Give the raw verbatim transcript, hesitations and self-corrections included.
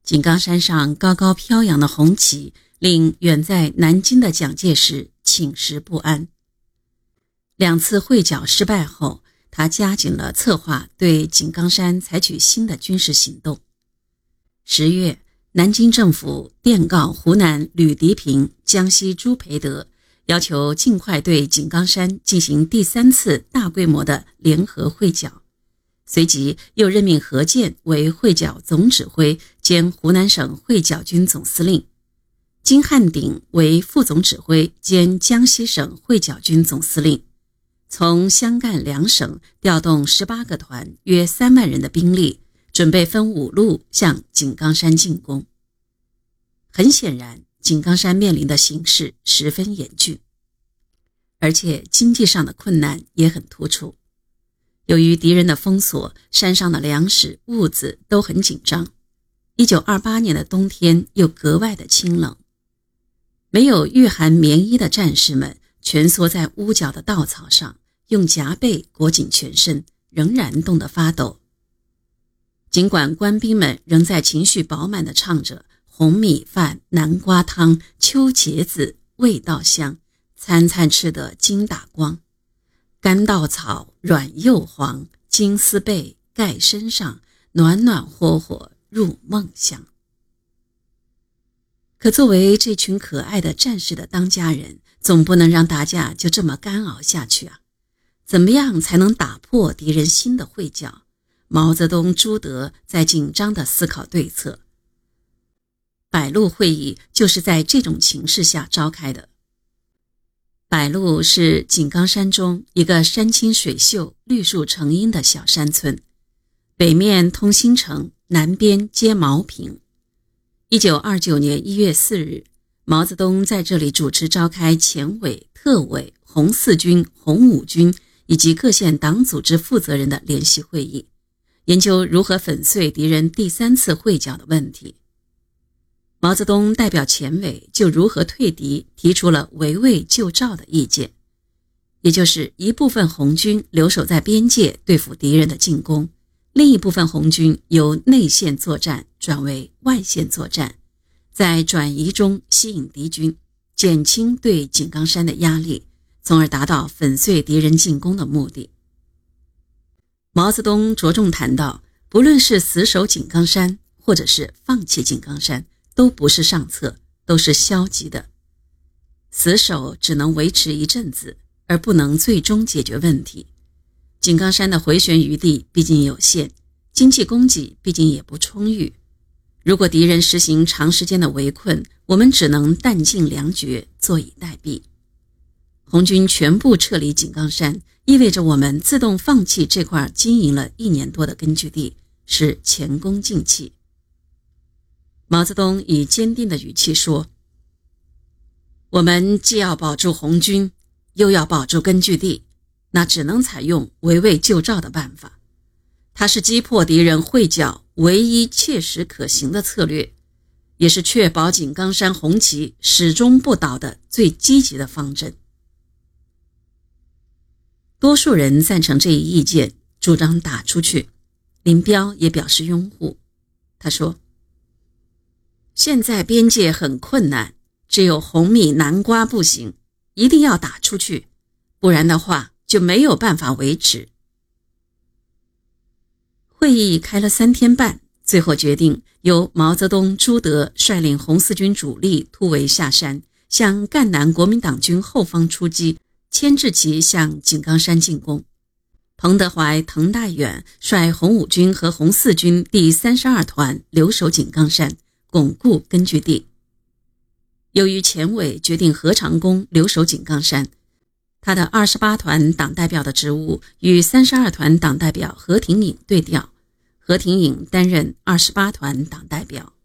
井冈山上高高飘扬的红旗令远在南京的蒋介石寝食不安。两次会剿失败后，他加紧了策划对井冈山采取新的军事行动。十月，南京政府电告湖南吕迪平、江西朱培德，要求尽快对井冈山进行第三次大规模的联合会剿。随即又任命何键为会剿总指挥兼湖南省会剿军总司令，金汉鼎为副总指挥兼江西省会剿军总司令，从湘赣两省调动十八个团约三万人的兵力，准备分五路向井冈山进攻。很显然，井冈山面临的形势十分严峻，而且经济上的困难也很突出。由于敌人的封锁，山上的粮食、物资都很紧张。一九二八年的冬天又格外的清冷，没有御寒棉衣的战士们蜷缩在屋角的稻草上，用夹被裹紧全身，仍然冻得发抖。尽管官兵们仍在情绪饱满地唱着红米饭、南瓜汤、秋茄子味道香，餐餐吃得筋打光，干稻草软又黄，金丝被盖身上，暖暖和和入梦乡。可作为这群可爱的战士的当家人，总不能让大家就这么干熬下去啊！怎么样才能打破敌人新的会剿？毛泽东、朱德在紧张地思考对策。百路会议就是在这种情势下召开的。百路是井冈山中一个山清水秀、绿树成荫的小山村，北面通新城，南边接茅坪。一九二九年一月四日，毛泽东在这里主持召开前委、特委、红四军、红五军以及各县党组织负责人的联席会议，研究如何粉碎敌人第三次会剿的问题。毛泽东代表前委就如何退敌提出了围魏救赵的意见，也就是一部分红军留守在边界对付敌人的进攻，另一部分红军由内线作战转为外线作战，在转移中吸引敌军，减轻对井冈山的压力，从而达到粉碎敌人进攻的目的。毛泽东着重谈到，不论是死守井冈山或者是放弃井冈山，都不是上策，都是消极的。死守只能维持一阵子，而不能最终解决问题。井冈山的回旋余地毕竟有限，经济供给毕竟也不充裕。如果敌人实行长时间的围困，我们只能弹尽粮绝，坐以待毙。红军全部撤离井冈山，意味着我们自动放弃这块经营了一年多的根据地，是前功尽弃。毛泽东以坚定的语气说，我们既要保住红军，又要保住根据地，那只能采用围魏救赵的办法。它是击破敌人会剿唯一切实可行的策略，也是确保井冈山红旗始终不倒的最积极的方针。多数人赞成这一意见，主张打出去。林彪也表示拥护。他说，现在边界很困难，只有红米南瓜不行，一定要打出去，不然的话就没有办法维持。会议开了三天半，最后决定由毛泽东、朱德率领红四军主力突围下山，向赣南国民党军后方出击，牵制其向井冈山进攻。彭德怀、滕大远率红五军和红四军第三十二团留守井冈山，巩固根据地。由于前委决定何长工留守井冈山，他的二十八团党代表的职务与三十二团党代表何廷颖对调，何廷颖担任二十八团党代表。